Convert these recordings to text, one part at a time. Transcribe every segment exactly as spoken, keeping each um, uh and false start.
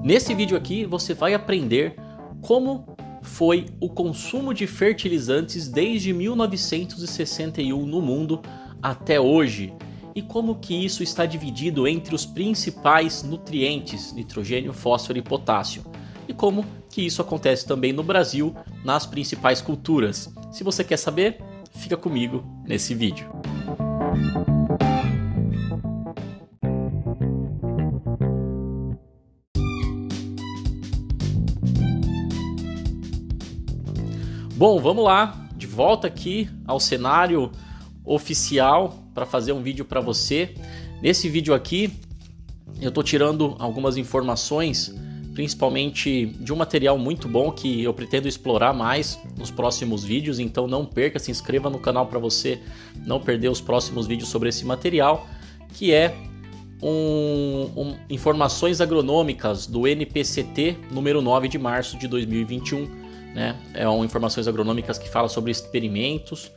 Nesse vídeo aqui você vai aprender como foi o consumo de fertilizantes desde mil novecentos e sessenta e um no mundo até hoje e como que isso está dividido entre os principais nutrientes, nitrogênio, fósforo e potássio, e como que isso acontece também no Brasil nas principais culturas. Se você quer saber, fica comigo nesse vídeo. Bom, vamos lá, de volta aqui ao cenário oficial para fazer um vídeo para você. Nesse vídeo aqui eu estou tirando algumas informações, principalmente de um material muito bom que eu pretendo explorar mais nos próximos vídeos, então não perca, se inscreva no canal para você não perder os próximos vídeos sobre esse material, que é um, um, informações agronômicas do N P C T número nove de março de dois mil e vinte e um. Né? É um informações agronômicas que fala sobre experimentos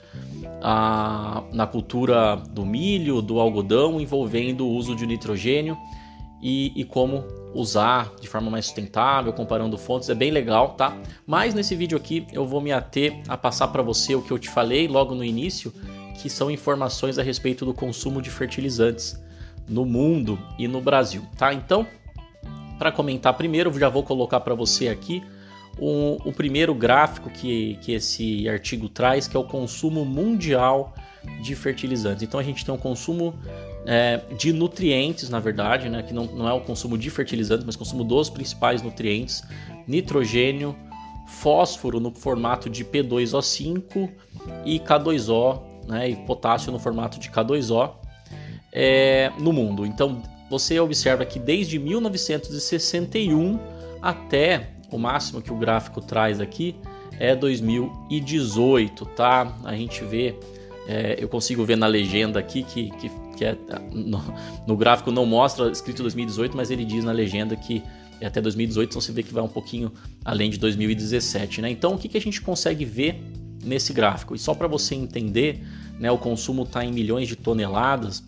a, na cultura do milho, do algodão, envolvendo o uso de nitrogênio e, e como usar de forma mais sustentável, comparando fontes. É bem legal, tá? Mas nesse vídeo aqui eu vou me ater a passar para você o que eu te falei logo no início, que são informações a respeito do consumo de fertilizantes no mundo e no Brasil, tá? Então, para comentar primeiro, eu já vou colocar para você aqui O, o primeiro gráfico que, que esse artigo traz, que é o consumo mundial de fertilizantes. Então a gente tem um consumo é, de nutrientes, na verdade, né, que não, não é o consumo de fertilizantes, mas consumo dos principais nutrientes: nitrogênio, fósforo no formato de P dois O cinco e K dois O, né, e potássio no formato de K dois O é, no mundo. Então você observa que desde mil novecentos e sessenta e um até o máximo que o gráfico traz aqui é dois mil e dezoito, tá? A gente vê, é, eu consigo ver na legenda aqui que, que, que é, no, no gráfico não mostra escrito dois mil e dezoito, mas ele diz na legenda que é até dois mil e dezoito, então você vê que vai um pouquinho além de dois mil e dezessete, né? Então o que, que a gente consegue ver nesse gráfico? E só para você entender, né, o consumo está em milhões de toneladas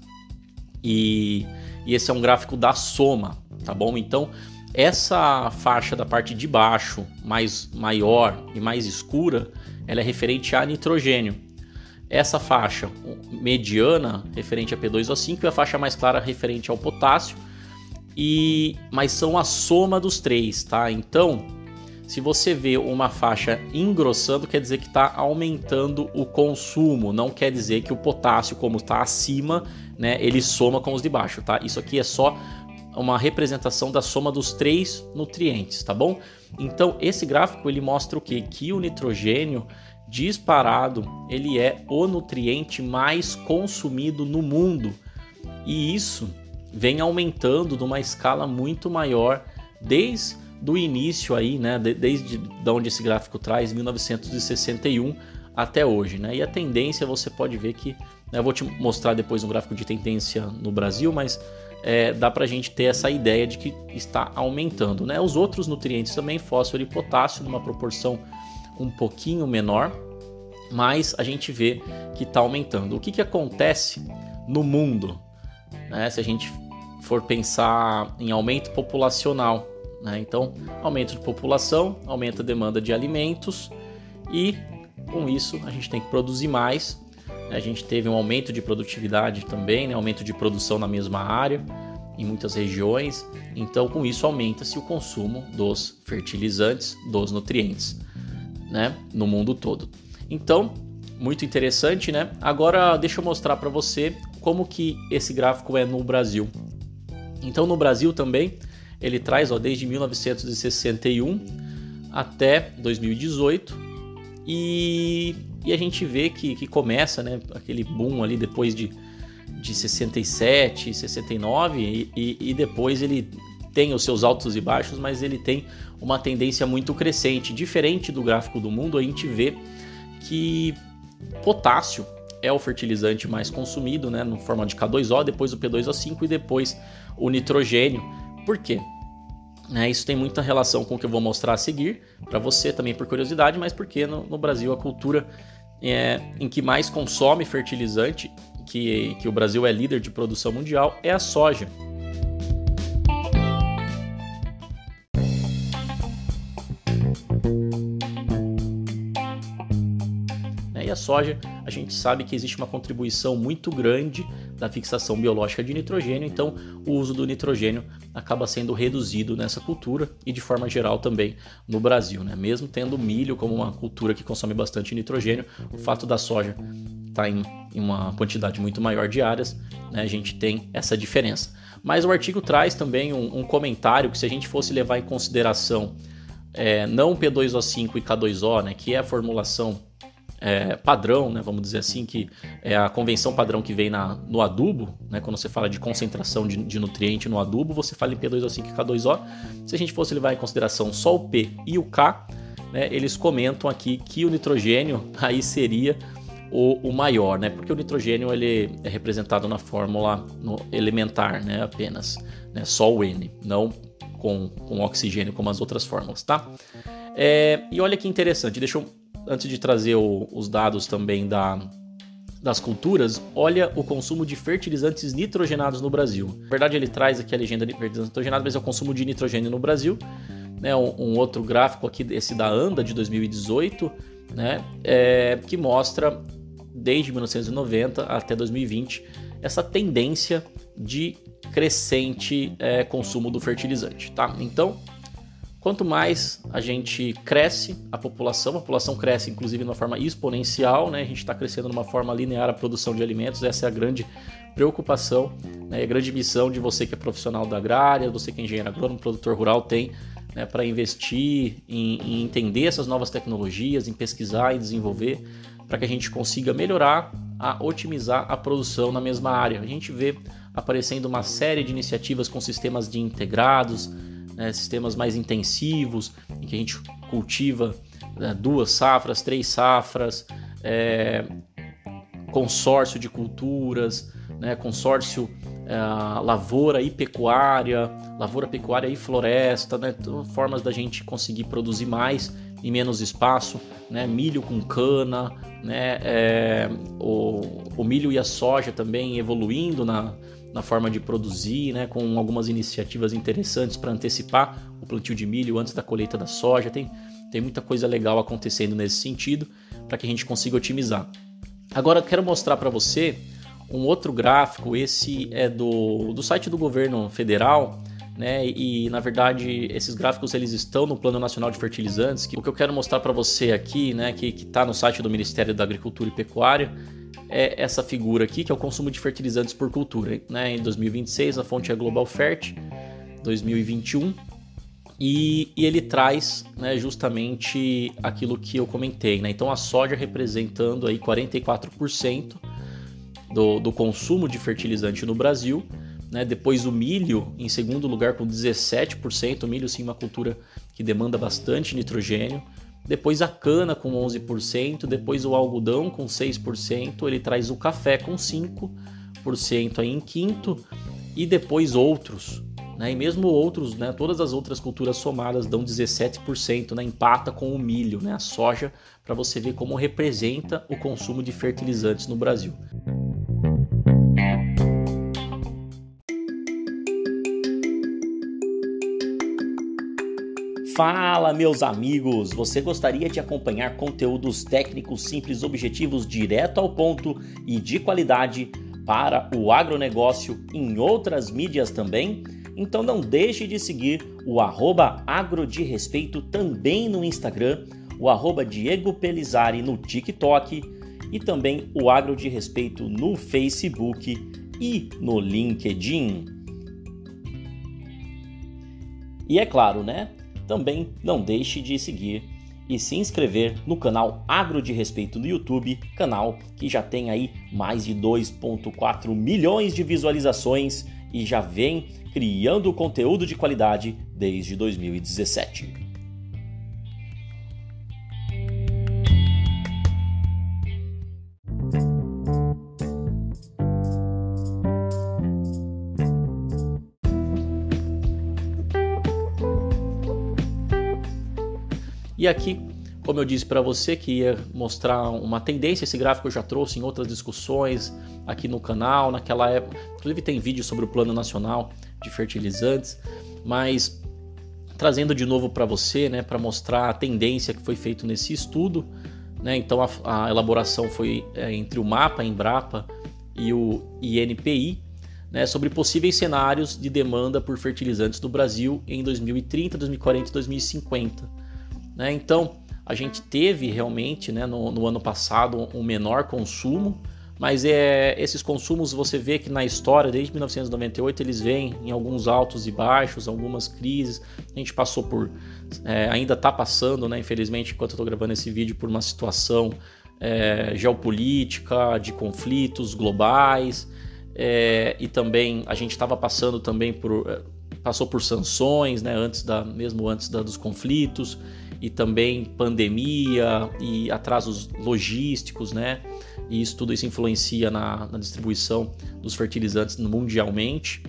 e, e esse é um gráfico da soma, tá bom? Então essa faixa da parte de baixo, mais maior e mais escura, ela é referente a nitrogênio. Essa faixa mediana, referente a P dois O cinco, e a faixa mais clara, referente ao potássio. E, mas são a soma dos três, tá? Então, se você vê uma faixa engrossando, quer dizer que está aumentando o consumo. Não quer dizer que o potássio, como está acima, né, ele soma com os de baixo, tá? Isso aqui é só uma representação da soma dos três nutrientes, tá bom? Então esse gráfico ele mostra o quê? Que o nitrogênio disparado ele é o nutriente mais consumido no mundo, e isso vem aumentando numa escala muito maior desde o início aí, né? Desde de onde esse gráfico traz, mil novecentos e sessenta e um até hoje, né? E a tendência você pode ver que, né, eu vou te mostrar depois um gráfico de tendência no Brasil, mas É, dá pra gente ter essa ideia de que está aumentando, né? Os outros nutrientes também, fósforo e potássio, numa proporção um pouquinho menor, mas a gente vê que está aumentando. O que, que acontece no mundo, né? Se a gente for pensar em aumento populacional, né? Então, aumento de população, aumenta a demanda de alimentos e com isso a gente tem que produzir mais. A gente teve um aumento de produtividade também, né? Aumento de produção na mesma área, em muitas regiões. Então, com isso, aumenta-se o consumo dos fertilizantes, dos nutrientes, né? No mundo todo. Então, muito interessante, né? Agora, deixa eu mostrar para você como que esse gráfico é no Brasil. Então, no Brasil também, ele traz, ó, desde mil novecentos e sessenta e um até dois mil e dezoito. E... E a gente vê que, que começa, né, aquele boom ali depois de, de sessenta e sete, sessenta e nove, e, e, e depois ele tem os seus altos e baixos, mas ele tem uma tendência muito crescente. Diferente do gráfico do mundo, a gente vê que potássio é o fertilizante mais consumido, né, no forma de K dois O, depois o P dois O cinco e depois o nitrogênio. Por quê? É, isso tem muita relação com o que eu vou mostrar a seguir, para você também por curiosidade, mas porque no, no Brasil a cultura é, em que mais consome fertilizante, que, que o Brasil é líder de produção mundial, é a soja. E a soja, a gente sabe que existe uma contribuição muito grande da fixação biológica de nitrogênio, então o uso do nitrogênio acaba sendo reduzido nessa cultura e de forma geral também no Brasil, né? Mesmo tendo milho como uma cultura que consome bastante nitrogênio, o fato da soja estar em, em uma quantidade muito maior de áreas, né, a gente tem essa diferença. Mas o artigo traz também um, um comentário que, se a gente fosse levar em consideração é, não P dois O cinco e K dois O, né, que é a formulação é, padrão, né, vamos dizer assim, que é a convenção padrão que vem na, no adubo, né, quando você fala de concentração de, de nutriente no adubo, você fala em P dois O cinco e K dois O. Se a gente fosse levar em consideração só o P e o K, né, eles comentam aqui que o nitrogênio aí seria O, o maior, né? Porque o nitrogênio ele é representado na fórmula no elementar, né? Apenas, né? Só o N, não com, com oxigênio como as outras fórmulas, tá? É, e olha que interessante, deixa eu, antes de trazer o, os dados também da, das culturas, olha o consumo de fertilizantes nitrogenados no Brasil. Na verdade, ele traz aqui a legenda de fertilizantes nitrogenados, mas é o consumo de nitrogênio no Brasil, né? Um, um outro gráfico aqui, esse da ANDA de dois mil e dezoito, né? É, que mostra desde mil novecentos e noventa até dois mil e vinte, essa tendência de crescente é, consumo do fertilizante, tá? Então, quanto mais a gente cresce, a população, a população cresce inclusive de uma forma exponencial, né? A gente está crescendo de uma forma linear a produção de alimentos, essa é a grande preocupação, né? A grande missão de você que é profissional da agrária, você que é engenheiro agrônomo, produtor rural, tem, né, para investir em, em entender essas novas tecnologias, em pesquisar e desenvolver, para que a gente consiga melhorar, a otimizar a produção na mesma área. A gente vê aparecendo uma série de iniciativas com sistemas de integrados, né, sistemas mais intensivos, em que a gente cultiva, né, duas safras, três safras, é, consórcio de culturas, né, consórcio é, lavoura e pecuária, lavoura, pecuária e floresta, né, formas da gente conseguir produzir mais em menos espaço, né, milho com cana, né, é, o, o milho e a soja também evoluindo na, na forma de produzir, né, com algumas iniciativas interessantes para antecipar o plantio de milho antes da colheita da soja. Tem, tem muita coisa legal acontecendo nesse sentido para que a gente consiga otimizar. Agora eu quero mostrar para você um outro gráfico, esse é do, do site do governo federal, né? E na verdade esses gráficos eles estão no Plano Nacional de Fertilizantes. Que, o que eu quero mostrar para você aqui, né, que está no site do Ministério da Agricultura e Pecuária, é essa figura aqui, que é o consumo de fertilizantes por cultura, né? Em dois mil e vinte e seis, a fonte é Global Fert, dois mil e vinte e um, e, e ele traz, né, justamente aquilo que eu comentei, né? Então a soja representando aí quarenta e quatro por cento do, do consumo de fertilizante no Brasil, né? Depois o milho em segundo lugar com dezessete por cento, o milho sim uma cultura que demanda bastante nitrogênio. Depois a cana com onze por cento, depois o algodão com seis por cento, ele traz o café com cinco por cento aí em quinto, e depois outros, né? E mesmo outros, né, todas as outras culturas somadas dão dezessete por cento, né, empata com o milho, né, a soja, para você ver como representa o consumo de fertilizantes no Brasil. Fala, meus amigos! Você gostaria de acompanhar conteúdos técnicos simples, objetivos, direto ao ponto e de qualidade para o agronegócio em outras mídias também? Então não deixe de seguir o arroba Agro de Respeito também no Instagram, o arroba Diego Pelizari no TikTok e também o Agro de Respeito no Facebook e no LinkedIn. E é claro, né? Também não deixe de seguir e se inscrever no canal Agro de Respeito no YouTube, canal que já tem aí mais de dois vírgula quatro milhões de visualizações e já vem criando conteúdo de qualidade desde dois mil e dezessete. E aqui, como eu disse para você que ia mostrar uma tendência, esse gráfico eu já trouxe em outras discussões aqui no canal, naquela época, inclusive tem vídeo sobre o Plano Nacional de Fertilizantes, mas trazendo de novo para você, né, para mostrar a tendência que foi feito nesse estudo, né? Então a, a elaboração foi é, entre o MAPA, a Embrapa e o I N P I, né, sobre possíveis cenários de demanda por fertilizantes no Brasil em dois mil e trinta, dois mil e quarenta e dois mil e cinquenta. Né? Então a gente teve realmente, né, no, no ano passado um menor consumo, mas é, esses consumos você vê que na história, desde mil novecentos e noventa e oito, eles vêm em alguns altos e baixos, algumas crises. A gente passou por, é, ainda está passando, né, infelizmente, enquanto eu estou gravando esse vídeo, por uma situação é, geopolítica, de conflitos globais, é, e também a gente estava passando também por, passou por sanções, né, antes da, mesmo antes da, dos conflitos, e também pandemia e atrasos logísticos, né? E isso tudo isso influencia na, na distribuição dos fertilizantes mundialmente.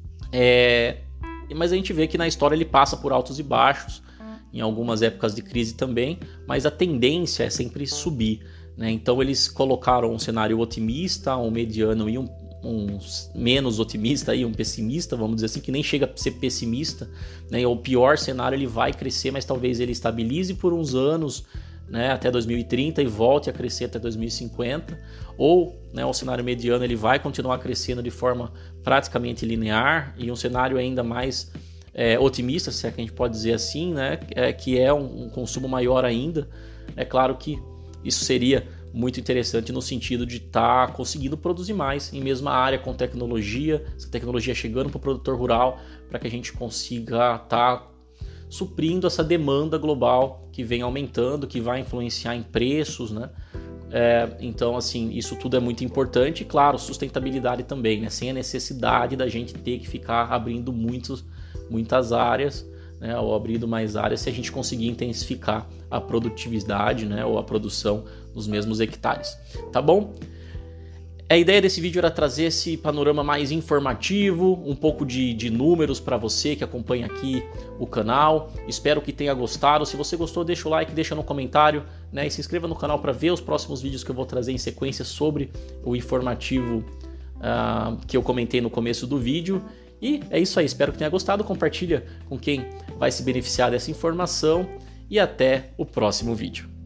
É, mas a gente vê que na história ele passa por altos e baixos, em algumas épocas de crise também, mas a tendência é sempre subir, né? Então eles colocaram um cenário otimista, um mediano e um, um menos otimista e um pessimista, vamos dizer assim, que nem chega a ser pessimista, né? O pior cenário, ele vai crescer, mas talvez ele estabilize por uns anos, né, até dois mil e trinta e volte a crescer até dois mil e cinquenta, ou, né, o cenário mediano ele vai continuar crescendo de forma praticamente linear, e um cenário ainda mais é, otimista, se é que a gente pode dizer assim, né, é, que é um, um consumo maior ainda. É claro que isso seria muito interessante no sentido de estar tá conseguindo produzir mais em mesma área com tecnologia, essa tecnologia chegando para o produtor rural, para que a gente consiga estar tá suprindo essa demanda global que vem aumentando, que vai influenciar em preços, né? É, então, assim, isso tudo é muito importante, e claro, sustentabilidade também, né? Sem a necessidade da gente ter que ficar abrindo muitos, muitas áreas, né? Ou abrindo mais áreas, se a gente conseguir intensificar a produtividade, né? Ou a produção nos mesmos hectares, tá bom? A ideia desse vídeo era trazer esse panorama mais informativo, um pouco de, de números para você que acompanha aqui o canal. Espero que tenha gostado. Se você gostou, deixa o like, deixa no comentário, né? E se inscreva no canal para ver os próximos vídeos que eu vou trazer em sequência sobre o informativo uh, que eu comentei no começo do vídeo. E é isso aí, espero que tenha gostado. Compartilha com quem vai se beneficiar dessa informação e até o próximo vídeo.